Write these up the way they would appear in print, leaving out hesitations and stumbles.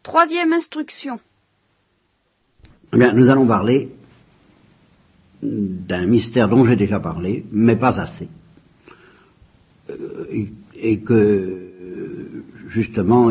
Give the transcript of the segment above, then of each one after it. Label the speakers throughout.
Speaker 1: Troisième instruction.
Speaker 2: Eh bien, nous allons parler d'un mystère dont j'ai déjà parlé, mais pas assez. Et que, justement,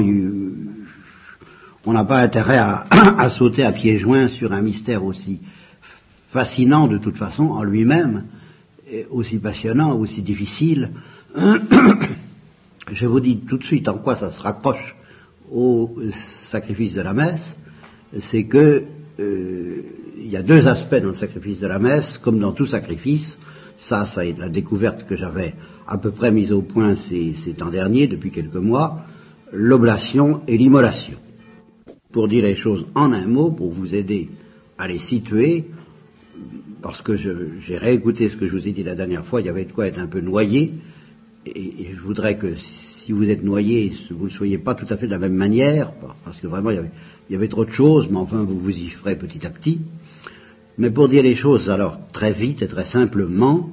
Speaker 2: on n'a pas intérêt à sauter à pieds joints sur un mystère aussi fascinant de toute façon en lui-même, aussi passionnant, aussi difficile. Je vous dis tout de suite en quoi ça se raccroche au sacrifice de la messe, c'est que il y a deux aspects dans le sacrifice de la messe, comme dans tout sacrifice. Ça est la découverte que j'avais à peu près mise au point ces temps derniers, depuis quelques mois, l'oblation et l'immolation. Pour dire les choses en un mot, pour vous aider à les situer, parce que j'ai réécouté ce que je vous ai dit la dernière fois, il y avait de quoi être un peu noyé, et je voudrais que si vous êtes noyé, vous ne soyez pas tout à fait de la même manière, parce que vraiment il y avait trop de choses, mais enfin vous y ferez petit à petit. Mais pour dire les choses alors très vite et très simplement,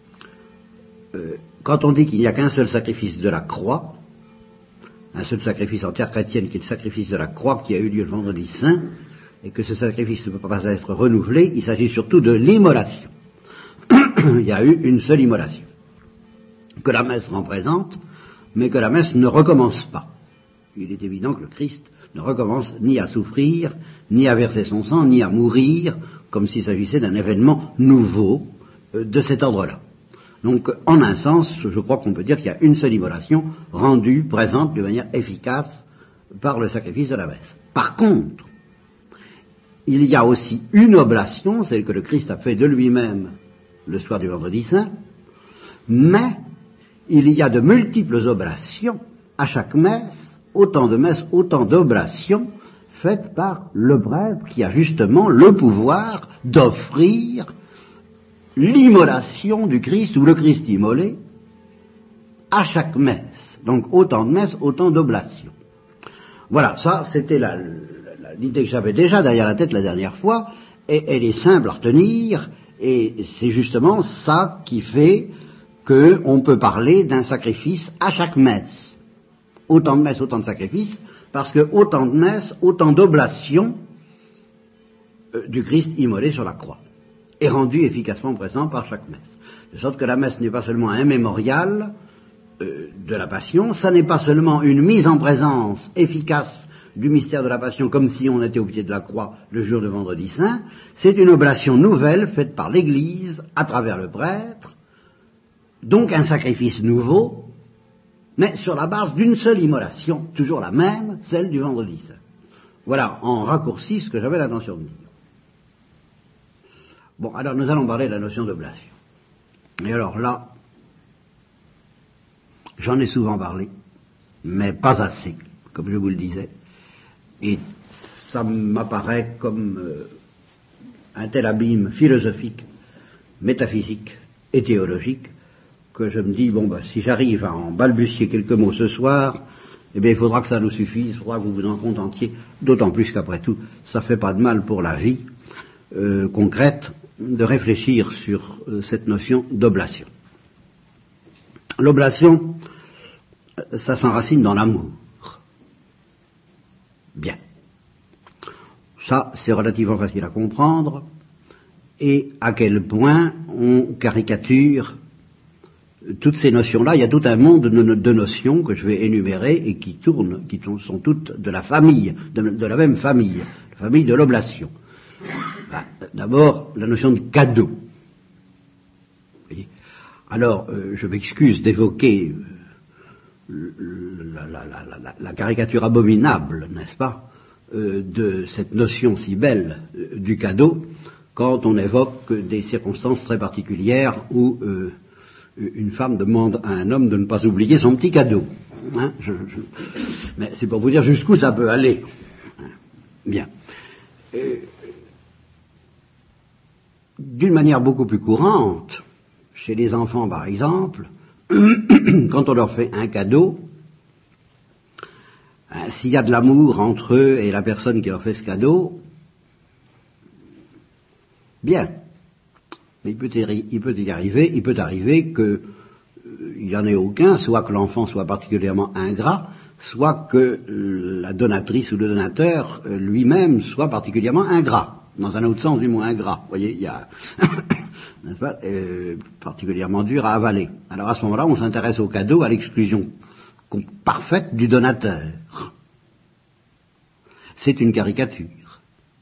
Speaker 2: quand on dit qu'il n'y a qu'un seul sacrifice de la croix, un seul sacrifice en terre chrétienne qui est le sacrifice de la croix qui a eu lieu le vendredi saint, et que ce sacrifice ne peut pas être renouvelé, il s'agit surtout de l'immolation. Il y a eu une seule immolation, que la messe représente, mais que la messe ne recommence pas. Il est évident que le Christ ne recommence ni à souffrir, ni à verser son sang, ni à mourir, comme s'il s'agissait d'un événement nouveau de cet ordre-là. Donc, en un sens, je crois qu'on peut dire qu'il y a une seule immolation rendue, présente de manière efficace par le sacrifice de la messe. Par contre, il y a aussi une oblation, celle que le Christ a fait de lui-même le soir du vendredi saint, mais il y a de multiples oblations à chaque messe, autant de messes, autant d'oblations faites par le prêtre qui a justement le pouvoir d'offrir l'immolation du Christ ou le Christ immolé à chaque messe. Donc autant de messes, autant d'oblations. Voilà, ça c'était l'idée que j'avais déjà derrière la tête la dernière fois, et elle est simple à retenir, et c'est justement ça qui fait qu'on peut parler d'un sacrifice à chaque messe. Autant de messes, autant de sacrifices, parce que autant de messes, autant d'oblations du Christ immolé sur la croix, et rendu efficacement présent par chaque messe. De sorte que la messe n'est pas seulement un mémorial de la Passion, ça n'est pas seulement une mise en présence efficace du mystère de la Passion, comme si on était au pied de la croix le jour de vendredi saint, c'est une oblation nouvelle faite par l'Église à travers le prêtre, donc un sacrifice nouveau, mais sur la base d'une seule immolation, toujours la même, celle du vendredi saint. Voilà, en raccourci, ce que j'avais l'intention de dire. Bon, alors nous allons parler de la notion d'oblation. Et alors là, j'en ai souvent parlé, mais pas assez, comme je vous le disais, et ça m'apparaît comme un tel abîme philosophique, métaphysique et théologique, que je me dis, si j'arrive à en balbutier quelques mots ce soir, eh bien il faudra que ça nous suffise, il faudra que vous vous en contentiez, d'autant plus qu'après tout, ça fait pas de mal pour la vie concrète de réfléchir sur cette notion d'oblation. L'oblation, ça s'enracine dans l'amour. Bien. Ça, c'est relativement facile à comprendre, et à quel point on caricature toutes ces notions-là. Il y a tout un monde de notions que je vais énumérer et qui sont toutes de la famille, de la même famille, la famille de l'oblation. D'abord, la notion de cadeau. Vous voyez ? Alors, je m'excuse d'évoquer la caricature abominable, n'est-ce pas, de cette notion si belle du cadeau, quand on évoque des circonstances très particulières où une femme demande à un homme de ne pas oublier son petit cadeau. Hein, mais c'est pour vous dire jusqu'où ça peut aller. Bien. D'une manière beaucoup plus courante, chez les enfants par exemple, quand on leur fait un cadeau, s'il y a de l'amour entre eux et la personne qui leur fait ce cadeau, bien. Mais il peut arriver qu'il n'y en ait aucun, soit que l'enfant soit particulièrement ingrat, soit que la donatrice ou le donateur lui-même soit particulièrement ingrat, dans un autre sens du mot ingrat. Vous voyez, il y a n'est-ce pas, particulièrement dur à avaler. Alors à ce moment-là, on s'intéresse au cadeau à l'exclusion parfaite du donateur. C'est une caricature.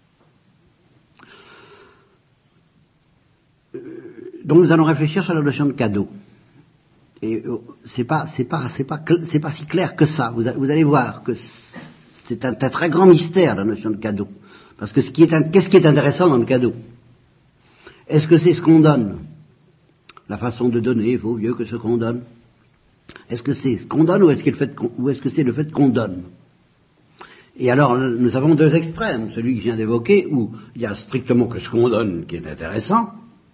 Speaker 2: Donc nous allons réfléchir sur la notion de cadeau. Et c'est pas si clair que ça. Vous allez voir que c'est un très grand mystère, la notion de cadeau. Parce que qu'est-ce qui est intéressant dans le cadeau? Est-ce que c'est ce qu'on donne? La façon de donner vaut mieux que ce qu'on donne? Est-ce que c'est ce qu'on donne ou est-ce que c'est le fait qu'on donne? Et alors, nous avons deux extrêmes. Celui que je viens d'évoquer, où il y a strictement que ce qu'on donne qui est intéressant.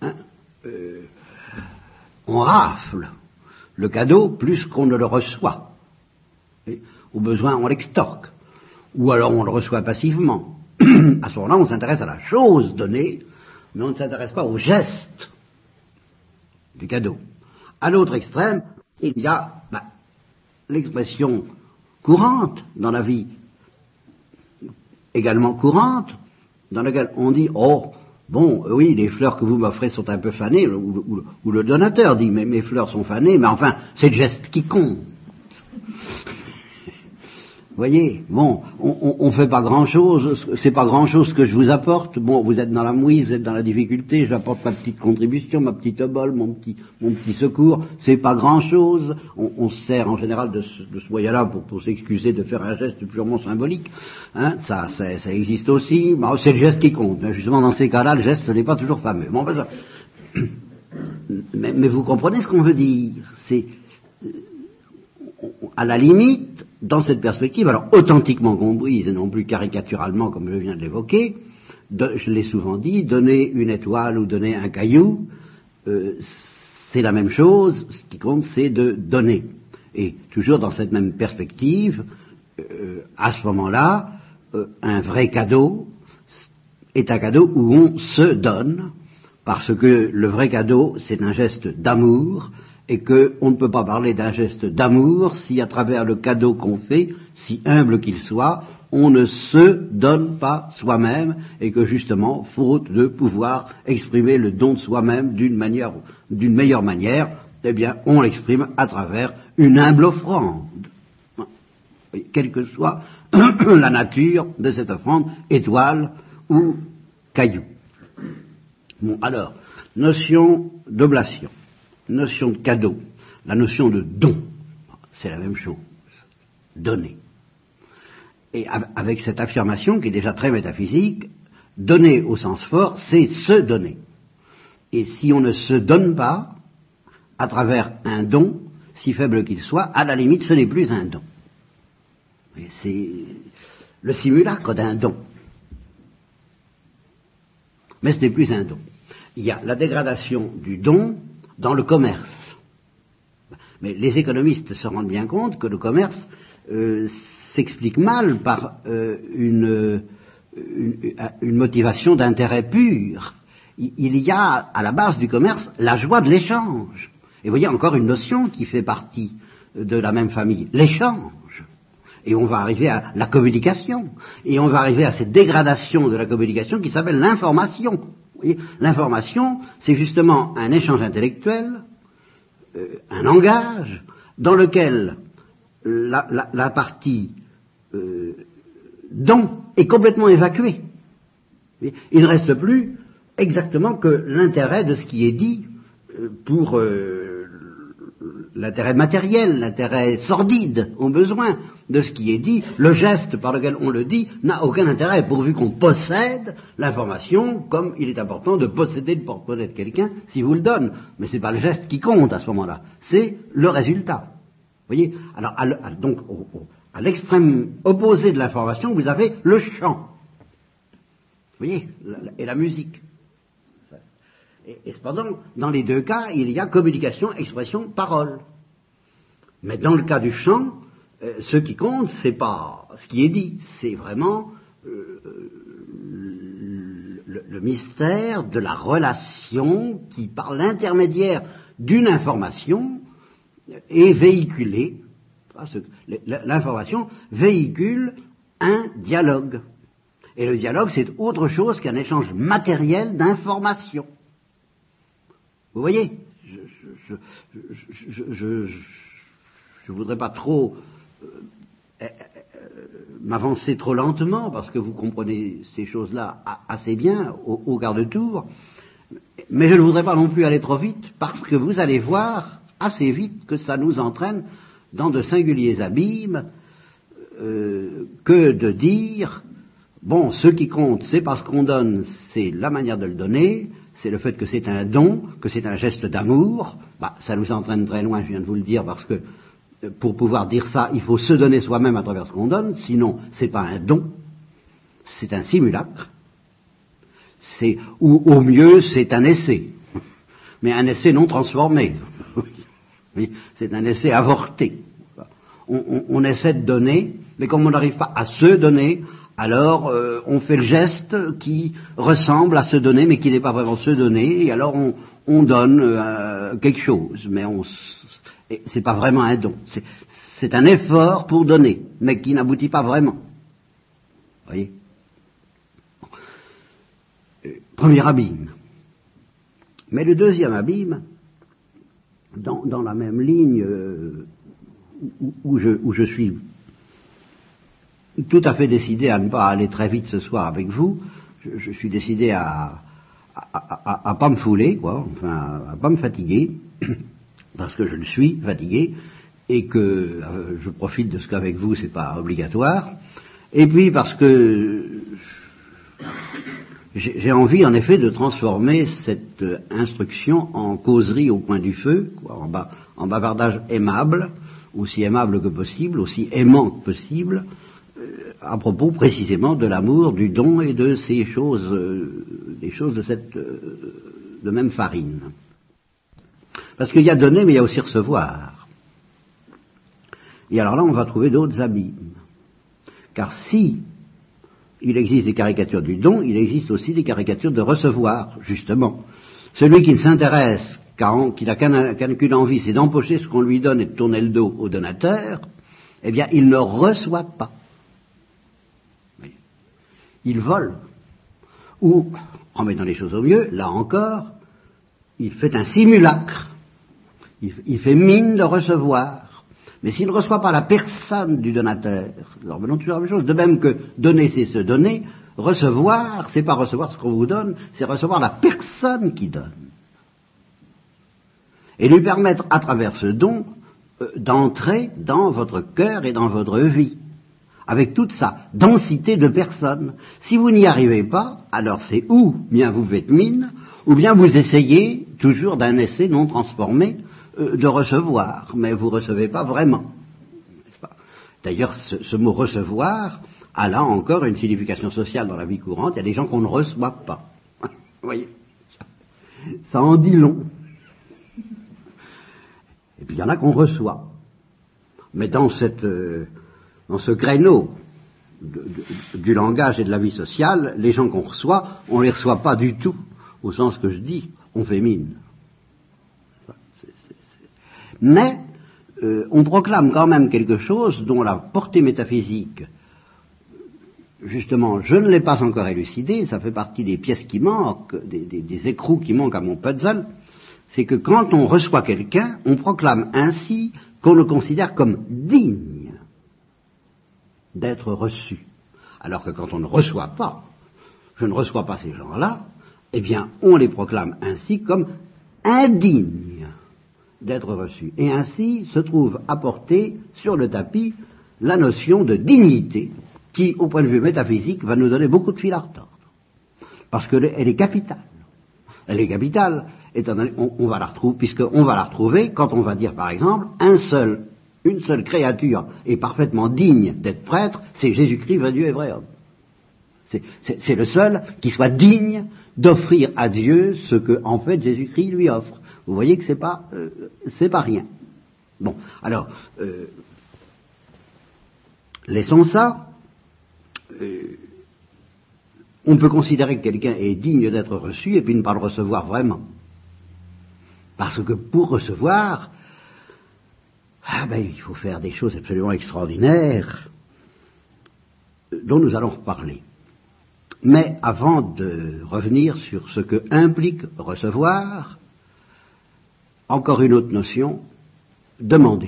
Speaker 2: On rafle le cadeau plus qu'on ne le reçoit. Et, au besoin, on l'extorque. Ou alors on le reçoit passivement. À ce moment-là, on s'intéresse à la chose donnée, mais on ne s'intéresse pas au geste du cadeau. À l'autre extrême, il y a l'expression courante dans la vie, également courante, dans laquelle on dit « Oh, bon, oui, les fleurs que vous m'offrez sont un peu fanées », ou le donateur dit « Mais mes fleurs sont fanées, mais enfin, c'est le geste qui compte ». Vous voyez, bon, on fait pas grand-chose, c'est pas grand-chose que je vous apporte. Bon, vous êtes dans la mouise, vous êtes dans la difficulté, j'apporte ma petite contribution, ma petite obole, mon petit secours, c'est pas grand-chose. On se sert en général de ce moyen-là pour s'excuser de faire un geste purement symbolique. Hein, ça existe aussi. Bon, c'est le geste qui compte. Justement, dans ces cas-là, le geste, ce n'est pas toujours fameux. Bon, ben ça... mais vous comprenez ce qu'on veut dire? C'est à la limite, dans cette perspective, alors authentiquement comprise et non plus caricaturalement comme je viens de l'évoquer, je l'ai souvent dit, donner une étoile ou donner un caillou, c'est la même chose, ce qui compte c'est de donner. Et toujours dans cette même perspective, à ce moment-là, un vrai cadeau est un cadeau où on se donne, parce que le vrai cadeau c'est un geste d'amour, et qu'on ne peut pas parler d'un geste d'amour si à travers le cadeau qu'on fait, si humble qu'il soit, on ne se donne pas soi-même et que justement, faute de pouvoir exprimer le don de soi-même d'une meilleure manière, eh bien, on l'exprime à travers une humble offrande. Quelle que soit la nature de cette offrande, étoile ou caillou. Bon, alors, notion d'oblation. Notion de cadeau, la notion de don, c'est la même chose, donner. Et avec cette affirmation qui est déjà très métaphysique, donner au sens fort, c'est se donner. Et si on ne se donne pas, à travers un don, si faible qu'il soit, à la limite ce n'est plus un don. C'est le simulacre d'un don. Mais ce n'est plus un don. Il y a la dégradation du don dans le commerce. Mais les économistes se rendent bien compte que le commerce s'explique mal par une motivation d'intérêt pur. Il y a à la base du commerce la joie de l'échange. Et vous voyez encore une notion qui fait partie de la même famille, l'échange. Et on va arriver à la communication. Et on va arriver à cette dégradation de la communication qui s'appelle l'information. L'information, c'est justement un échange intellectuel, un langage, dans lequel la partie don est complètement évacuée. Il ne reste plus exactement que l'intérêt de ce qui est dit pour l'intérêt matériel, l'intérêt sordide, au besoin de ce qui est dit. Le geste par lequel on le dit n'a aucun intérêt, pourvu qu'on possède l'information, comme il est important de posséder le porte-monnaie de quelqu'un si vous le donne. Mais ce n'est pas le geste qui compte à ce moment-là, c'est le résultat. Vous voyez? Alors, donc, à l'extrême opposé de l'information, vous avez le chant. Vous voyez? Et la musique. Et cependant, dans les deux cas, il y a communication, expression, parole. Mais dans le cas du chant, ce qui compte, c'est pas ce qui est dit, c'est vraiment le mystère de la relation qui, par l'intermédiaire d'une information, est véhiculée L'information véhicule un dialogue. Et le dialogue, c'est autre chose qu'un échange matériel d'informations. Vous voyez, je voudrais pas trop m'avancer trop lentement, parce que vous comprenez ces choses-là assez bien au quart de tour, mais je ne voudrais pas non plus aller trop vite, parce que vous allez voir assez vite que ça nous entraîne dans de singuliers abîmes, que de dire, bon, ce qui compte, c'est parce qu'on donne, c'est la manière de le donner, c'est le fait que c'est un don, que c'est un geste d'amour. Ça nous entraîne très loin, je viens de vous le dire, parce que pour pouvoir dire ça, il faut se donner soi-même à travers ce qu'on donne, sinon c'est pas un don, c'est un simulacre, ou au mieux c'est un essai, mais un essai non transformé. C'est un essai avorté. On essaie de donner, mais comme on n'arrive pas à se donner, alors on fait le geste qui ressemble à se donner, mais qui n'est pas vraiment se donner, et alors on donne quelque chose, mais c'est pas vraiment un don. C'est un effort pour donner, mais qui n'aboutit pas vraiment. Vous voyez ? Premier abîme. Mais le deuxième abîme, dans la même ligne où je suis tout à fait décidé à ne pas aller très vite ce soir avec vous, je suis décidé à pas me fouler, quoi, enfin à pas me fatiguer, parce que je le suis fatigué, et que je profite de ce qu'avec vous c'est pas obligatoire, et puis parce que j'ai envie en effet de transformer cette instruction en causerie au coin du feu, quoi, en bavardage aimable, aussi aimable que possible, aussi aimant que possible, à propos précisément de l'amour, du don et de ces choses, des choses de même farine. Parce qu'il y a donner, mais il y a aussi recevoir. Et alors là, on va trouver d'autres abîmes. Car si il existe des caricatures du don, il existe aussi des caricatures de recevoir, justement. Celui qui ne s'intéresse, qui n'a qu'une envie, c'est d'empocher ce qu'on lui donne et de tourner le dos au donateur, eh bien, il ne reçoit pas. Il vole. Ou, en mettant les choses au mieux, là encore, il fait un simulacre. Il fait mine de recevoir. Mais s'il ne reçoit pas la personne du donateur, alors venons toujours à la même chose. De même que donner, c'est se donner, recevoir, c'est pas recevoir ce qu'on vous donne, c'est recevoir la personne qui donne. Et lui permettre, à travers ce don, d'entrer dans votre cœur et dans votre vie, avec toute sa densité de personnes. Si vous n'y arrivez pas, alors c'est ou bien vous faites mine, ou bien vous essayez, toujours d'un essai non transformé, de recevoir, mais vous ne recevez pas vraiment. D'ailleurs, ce mot recevoir a là encore une signification sociale dans la vie courante. Il y a des gens qu'on ne reçoit pas. Vous voyez, ça en dit long. Et puis il y en a qu'on reçoit. Mais dans ce créneau du langage et de la vie sociale, les gens qu'on reçoit, on ne les reçoit pas du tout, au sens que je dis, on fait mine. Mais on proclame quand même quelque chose dont la portée métaphysique, justement, je ne l'ai pas encore élucidé, ça fait partie des pièces qui manquent, des écrous qui manquent à mon puzzle, c'est que quand on reçoit quelqu'un, on proclame ainsi qu'on le considère comme digne d'être reçu. Alors que quand on ne reçoit pas, je ne reçois pas ces gens-là, eh bien, on les proclame ainsi comme indignes d'être reçus. Et ainsi se trouve apportée sur le tapis la notion de dignité qui, au point de vue métaphysique, va nous donner beaucoup de fil à retordre. Parce qu'elle est capitale. Elle est capitale, étant donné, on va la retrouver, puisqu'on va la retrouver quand on va dire, par exemple, une seule créature est parfaitement digne d'être prêtre, c'est Jésus-Christ, vrai Dieu et vrai homme. C'est le seul qui soit digne d'offrir à Dieu ce que, en fait, Jésus-Christ lui offre. Vous voyez que c'est pas rien. Bon, alors, laissons ça. On peut considérer que quelqu'un est digne d'être reçu et puis ne pas le recevoir vraiment. Parce que pour recevoir, Ah ben, il faut faire des choses absolument extraordinaires dont nous allons reparler. Mais avant de revenir sur ce que implique recevoir, encore une autre notion, demander.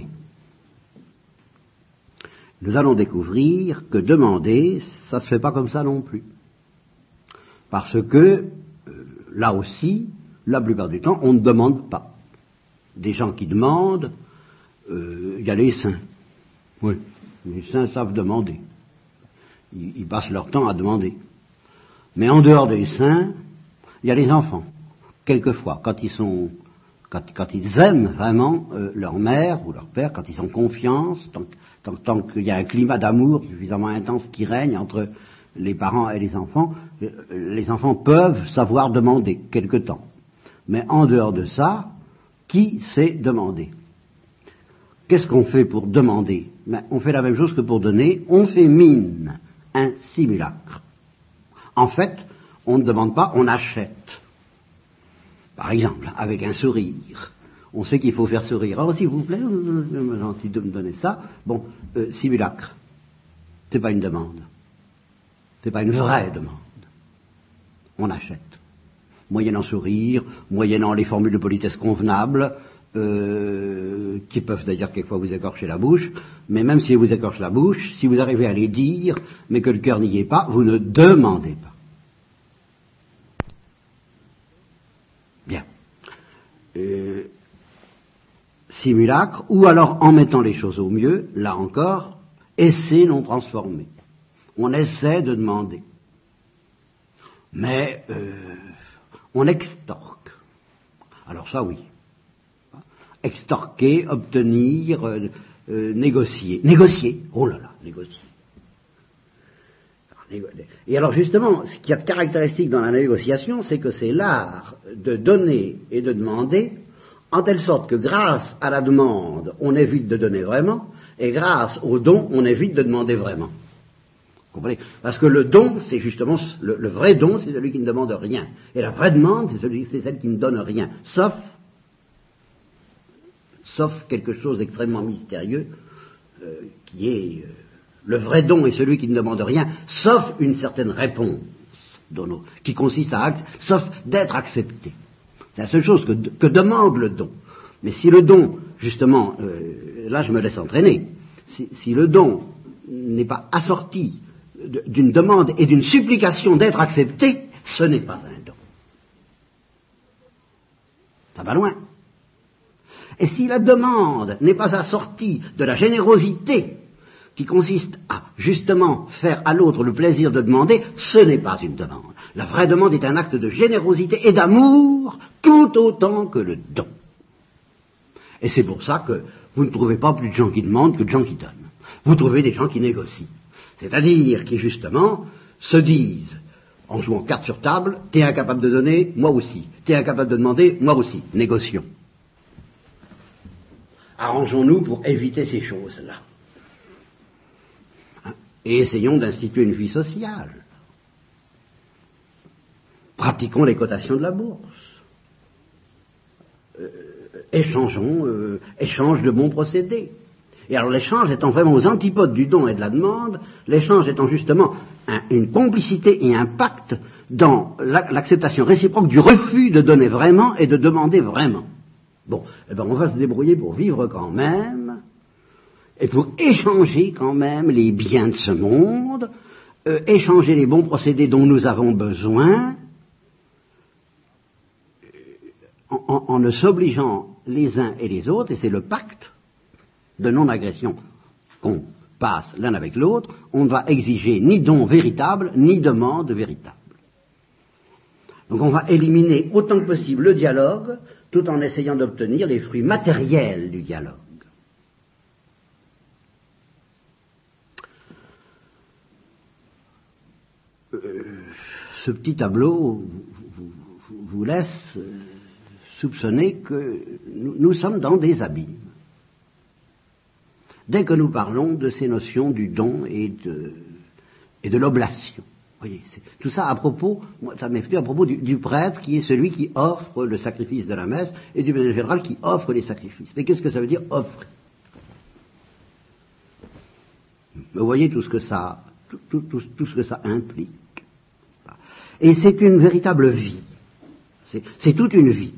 Speaker 2: Nous allons découvrir que demander, ça ne se fait pas comme ça non plus. Parce que, là aussi, la plupart du temps, on ne demande pas. Des gens qui demandent, il y a les saints. Oui, les saints savent demander. Ils passent leur temps à demander. Mais en dehors des saints, il y a les enfants. Quelquefois, quand ils aiment vraiment leur mère ou leur père, quand ils ont confiance, tant qu'il y a un climat d'amour suffisamment intense qui règne entre les parents et les enfants peuvent savoir demander quelque temps. Mais en dehors de ça, qui sait demander? Qu'est-ce qu'on fait pour demander? On fait la même chose que pour donner, on fait mine, un simulacre. En fait, on ne demande pas, on achète. Par exemple, avec un sourire. On sait qu'il faut faire sourire. Alors, s'il vous plaît, gentil de me donner ça. Bon, simulacre. C'est pas une demande. C'est pas une vraie demande. On achète. Moyennant sourire, moyennant les formules de politesse convenables, qui peuvent d'ailleurs quelquefois vous écorcher la bouche, mais même si vous écorchent la bouche, si vous arrivez à les dire, mais que le cœur n'y est pas, vous ne demandez pas. Bien. Simulacre, ou alors en mettant les choses au mieux, là encore, essai non transformé. On essaie de demander. Mais on extorque. Alors ça, oui. Extorquer, obtenir, négocier. Négocier. Oh là là, négocier. Et alors justement, ce qui est caractéristique dans la négociation, c'est que c'est l'art de donner et de demander, en telle sorte que grâce à la demande, on évite de donner vraiment, et grâce au don, on évite de demander vraiment. Vous comprenez? Parce que le don, c'est justement, le vrai don, c'est celui qui ne demande rien. Et la vraie demande, c'est celle qui ne donne rien. Sauf quelque chose d'extrêmement mystérieux, qui est... le vrai don est celui qui ne demande rien, sauf une certaine réponse, qui consiste sauf d'être accepté. C'est la seule chose que demande le don. Mais si le don, justement, là je me laisse entraîner, si le don n'est pas assorti d'une demande et d'une supplication d'être accepté, ce n'est pas un don. Ça va loin. Et si la demande n'est pas assortie de la générosité qui consiste à, justement, faire à l'autre le plaisir de demander, ce n'est pas une demande. La vraie demande est un acte de générosité et d'amour tout autant que le don. Et c'est pour ça que vous ne trouvez pas plus de gens qui demandent que de gens qui donnent. Vous trouvez des gens qui négocient. C'est-à-dire qui, justement, se disent, en jouant carte sur table, t'es incapable de donner, moi aussi. T'es incapable de demander, moi aussi. Négocions. Arrangeons-nous pour éviter ces choses-là. Et essayons d'instituer une vie sociale. Pratiquons les cotations de la bourse. Échange de bons procédés. Et alors l'échange étant vraiment aux antipodes du don et de la demande, l'échange étant justement une complicité et un pacte dans l'acceptation réciproque du refus de donner vraiment et de demander vraiment. Bon, eh ben on va se débrouiller pour vivre quand même, et pour échanger quand même les biens de ce monde, échanger les bons procédés dont nous avons besoin, en ne s'obligeant les uns et les autres, et c'est le pacte de non-agression qu'on passe l'un avec l'autre, on ne va exiger ni don véritable, ni demande véritable. Donc on va éliminer autant que possible le dialogue, tout en essayant d'obtenir les fruits matériels du dialogue. Ce petit tableau vous laisse soupçonner que nous sommes dans des abîmes. Dès que nous parlons de ces notions du don et de l'oblation. Voyez, tout ça à propos, ça m'est venu à propos du prêtre qui est celui qui offre le sacrifice de la messe et du ménage général qui offre les sacrifices. Mais qu'est-ce que ça veut dire offrir? Vous voyez tout ce que ça, tout ce que ça implique. Et c'est une véritable vie. C'est toute une vie.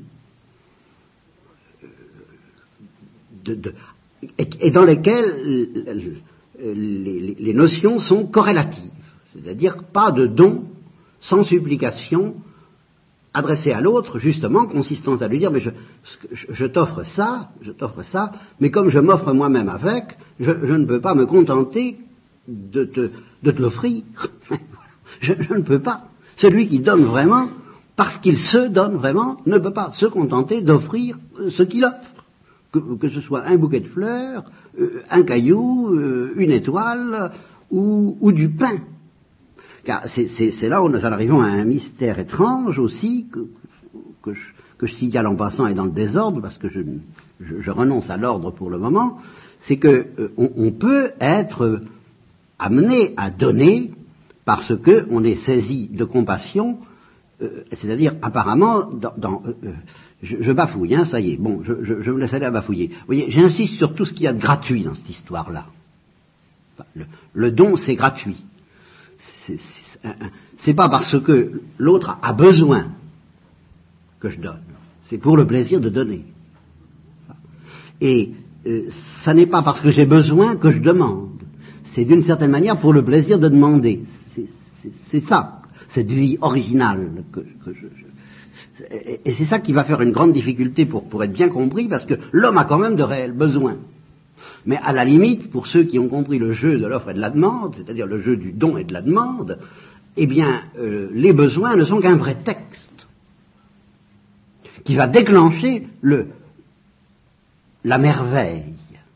Speaker 2: Et dans lesquelles les notions sont corrélatives. C'est-à-dire pas de don sans supplication adressée à l'autre, justement, consistant à lui dire, mais je t'offre ça, mais comme je m'offre moi-même avec, je ne peux pas me contenter de te l'offrir. je ne peux pas. Celui qui donne vraiment, parce qu'il se donne vraiment, ne peut pas se contenter d'offrir ce qu'il offre. Que ce soit un bouquet de fleurs, un caillou, une étoile ou du pain. Car c'est là où nous en arrivons à un mystère étrange aussi, que je signale en passant et dans le désordre, parce que je renonce à l'ordre pour le moment, c'est que on peut être amené à donner parce qu'on est saisi de compassion, c'est-à-dire apparemment, je bafouille, hein, ça y est, bon, je me laisse aller à bafouiller. Vous voyez, j'insiste sur tout ce qu'il y a de gratuit dans cette histoire-là. Le don, c'est gratuit. C'est pas parce que l'autre a besoin que je donne, c'est pour le plaisir de donner. Et ça n'est pas parce que j'ai besoin que je demande, c'est d'une certaine manière pour le plaisir de demander. C'est ça, cette vie originale et c'est ça qui va faire une grande difficulté pour être bien compris, parce que l'homme a quand même de réels besoins. Mais à la limite, pour ceux qui ont compris le jeu de l'offre et de la demande, c'est-à-dire le jeu du don et de la demande, eh bien, les besoins ne sont qu'un prétexte qui va déclencher la merveille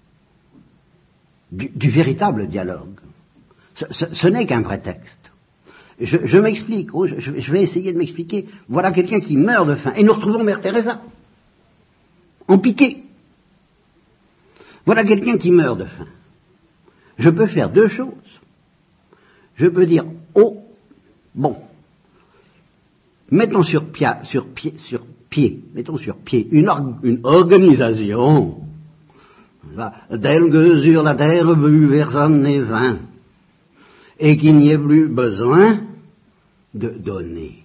Speaker 2: du véritable dialogue. Ce n'est qu'un prétexte. Je m'explique, je vais essayer de m'expliquer. Voilà quelqu'un qui meurt de faim, et nous retrouvons Mère Teresa, en piqué. Voilà quelqu'un qui meurt de faim. Je peux faire deux choses. Je peux dire, oh, bon, mettons sur pied une organisation, telle que sur la terre plus personne n'est vain, et qu'il n'y ait plus besoin de donner.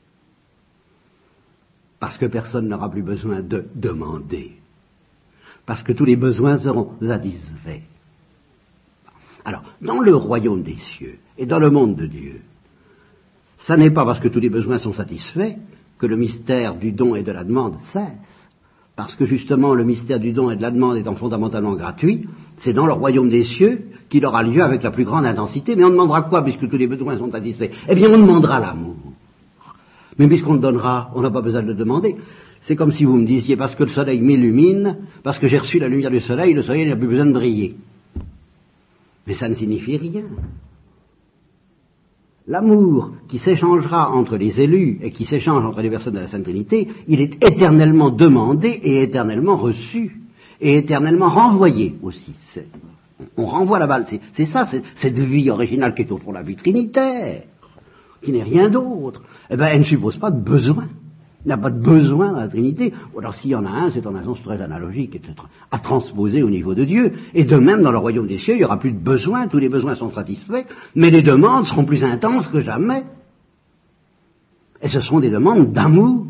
Speaker 2: Parce que personne n'aura plus besoin de demander. Parce que tous les besoins seront satisfaits. Alors, dans le royaume des cieux et dans le monde de Dieu, ça n'est pas parce que tous les besoins sont satisfaits que le mystère du don et de la demande cesse. Parce que justement, le mystère du don et de la demande étant fondamentalement gratuit, c'est dans le royaume des cieux qu'il aura lieu avec la plus grande intensité. Mais on demandera quoi puisque tous les besoins sont satisfaits? Eh bien, on demandera l'amour. Mais puisqu'on le donnera, on n'a pas besoin de le demander. C'est comme si vous me disiez, parce que le soleil m'illumine, parce que j'ai reçu la lumière du soleil, le soleil n'a plus besoin de briller. Mais ça ne signifie rien. L'amour qui s'échangera entre les élus et qui s'échange entre les personnes de la Sainte Trinité, il est éternellement demandé et éternellement reçu, et éternellement renvoyé aussi. On renvoie la balle. C'est ça, cette vie originale qui est au fond la vie trinitaire, qui n'est rien d'autre. Eh bien, elle ne suppose pas de besoin. Il n'y a pas de besoin dans la Trinité. Ou alors s'il y en a un, c'est en un sens très analogique et à transposer au niveau de Dieu. Et de même, dans le royaume des cieux, il n'y aura plus de besoin, tous les besoins sont satisfaits, mais les demandes seront plus intenses que jamais. Et ce seront des demandes d'amour.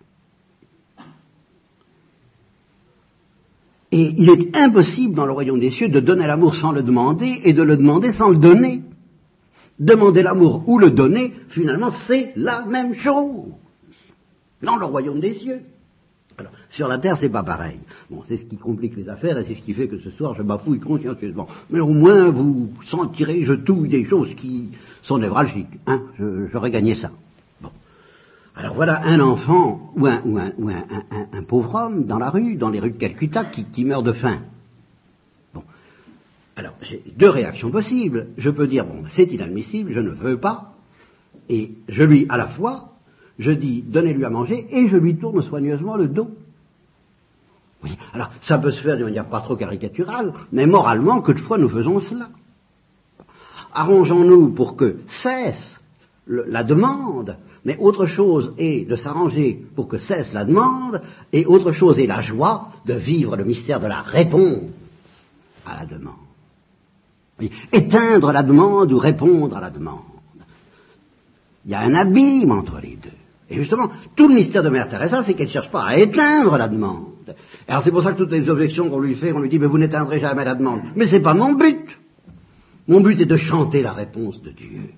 Speaker 2: Et il est impossible dans le royaume des cieux de donner l'amour sans le demander et de le demander sans le donner. Demander l'amour ou le donner, finalement, c'est la même chose. Dans le royaume des cieux. Alors, sur la terre, c'est pas pareil. Bon, c'est ce qui complique les affaires et c'est ce qui fait que ce soir, je bafouille consciencieusement. Mais au moins, vous sentirez, je touille des choses qui sont névralgiques. Hein, j'aurais gagné ça. Bon. Alors voilà un enfant ou un pauvre homme dans la rue, dans les rues de Calcutta, qui meurt de faim. Bon. Alors, j'ai deux réactions possibles. Je peux dire, bon, c'est inadmissible, je ne veux pas, et je lui, à la fois, je dis, donnez-lui à manger, et je lui tourne soigneusement le dos. Oui, alors, ça peut se faire de manière pas trop caricaturale, mais moralement, que de fois nous faisons cela. Arrangeons-nous pour que cesse la demande, mais autre chose est de s'arranger pour que cesse la demande, et autre chose est la joie de vivre le mystère de la réponse à la demande. Éteindre la demande ou répondre à la demande. Il y a un abîme entre les deux. Et justement, tout le mystère de Mère Teresa, c'est qu'elle ne cherche pas à éteindre la demande. Alors c'est pour ça que toutes les objections qu'on lui fait, on lui dit, mais vous n'éteindrez jamais la demande. Mais c'est pas mon but. Mon but est de chanter la réponse de Dieu.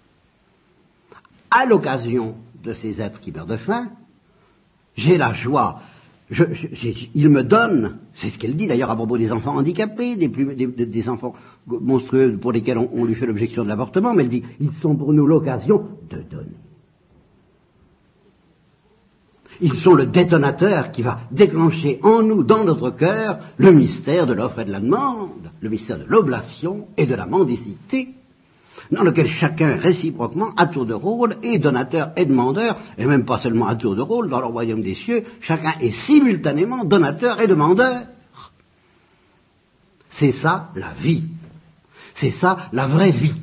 Speaker 2: À l'occasion de ces êtres qui meurent de faim, j'ai la joie. Il me donne, c'est ce qu'elle dit d'ailleurs à propos des enfants handicapés, des enfants monstrueux pour lesquels on lui fait l'objection de l'avortement, mais elle dit, ils sont pour nous l'occasion de donner. Ils sont le détonateur qui va déclencher en nous, dans notre cœur, le mystère de l'offre et de la demande, le mystère de l'oblation et de la mendicité, dans lequel chacun réciproquement, à tour de rôle, est donateur et demandeur, et même pas seulement à tour de rôle, dans le royaume des cieux, chacun est simultanément donateur et demandeur. C'est ça la vie. C'est ça la vraie vie.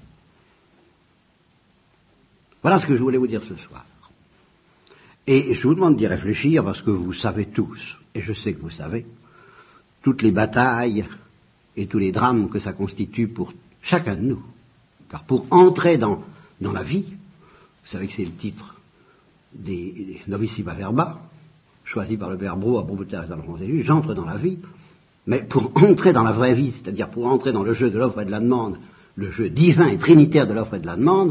Speaker 2: Voilà ce que je voulais vous dire ce soir. Et je vous demande d'y réfléchir parce que vous savez tous, et je sais que vous savez, toutes les batailles et tous les drames que ça constitue pour chacun de nous. Car pour entrer dans la vie, vous savez que c'est le titre des Noviciba Verba, choisi par le Père Brault à propos de Thérèse d'Enfant Jésus, j'entre dans la vie, mais pour entrer dans la vraie vie, c'est-à-dire pour entrer dans le jeu de l'offre et de la demande, le jeu divin et trinitaire de l'offre et de la demande,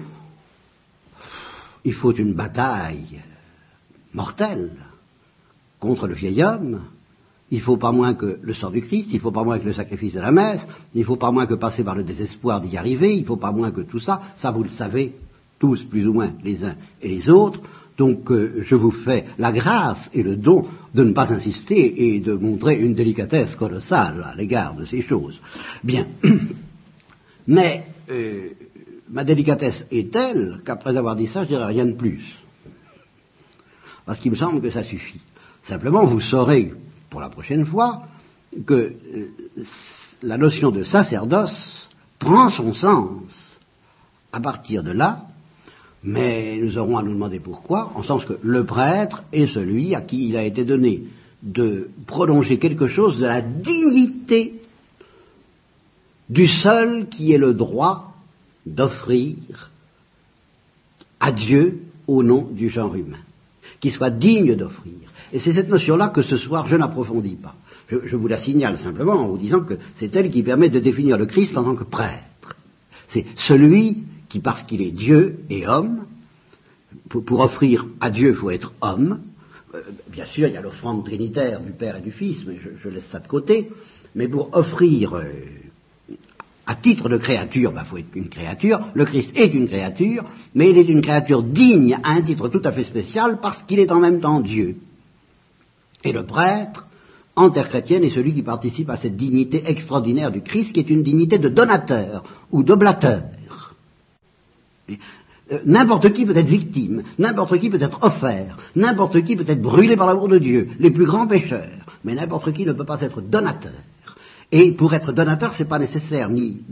Speaker 2: il faut une bataille mortelle contre le vieil homme. Il ne faut pas moins que le sang du Christ, il ne faut pas moins que le sacrifice de la messe, il ne faut pas moins que passer par le désespoir d'y arriver, il ne faut pas moins que tout ça, ça vous le savez tous plus ou moins les uns et les autres, donc je vous fais la grâce et le don de ne pas insister et de montrer une délicatesse colossale à l'égard de ces choses. Bien, mais ma délicatesse est telle qu'après avoir dit ça, je dirai rien de plus. Parce qu'il me semble que ça suffit. Simplement, vous saurez, pour la prochaine fois, que la notion de sacerdoce prend son sens à partir de là, mais nous aurons à nous demander pourquoi, en sens que le prêtre est celui à qui il a été donné de prolonger quelque chose de la dignité du seul qui ait le droit d'offrir à Dieu au nom du genre humain, qui soit digne d'offrir. Et c'est cette notion-là que ce soir je n'approfondis pas. Je vous la signale simplement en vous disant que c'est elle qui permet de définir le Christ en tant que prêtre. C'est celui qui, parce qu'il est Dieu et homme, pour offrir à Dieu, il faut être homme. Bien sûr, il y a l'offrande trinitaire du Père et du Fils, mais je laisse ça de côté. Mais pour offrir à titre de créature, il faut être une créature. Le Christ est une créature, mais il est une créature digne à un titre tout à fait spécial parce qu'il est en même temps Dieu. Et le prêtre, en terre chrétienne, est celui qui participe à cette dignité extraordinaire du Christ, qui est une dignité de donateur ou d'oblateur. N'importe qui peut être victime, n'importe qui peut être offert, n'importe qui peut être brûlé par l'amour de Dieu, les plus grands pécheurs, mais n'importe qui ne peut pas être donateur. Et pour être donateur, c'est pas nécessaire,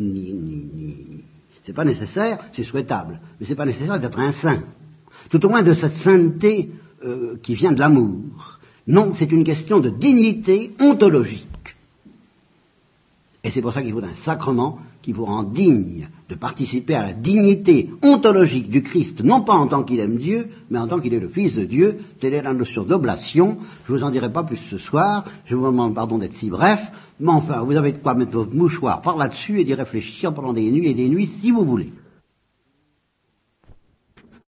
Speaker 2: c'est pas nécessaire, c'est souhaitable, mais c'est pas nécessaire d'être un saint. Tout au moins de cette sainteté qui vient de l'amour. Non, c'est une question de dignité ontologique. Et c'est pour ça qu'il faut un sacrement qui vous rend digne de participer à la dignité ontologique du Christ, non pas en tant qu'il aime Dieu, mais en tant qu'il est le Fils de Dieu. Telle est la notion d'oblation. Je ne vous en dirai pas plus ce soir, je vous demande pardon d'être si bref, mais enfin, vous avez de quoi mettre votre mouchoir par là-dessus et d'y réfléchir pendant des nuits et des nuits si vous voulez.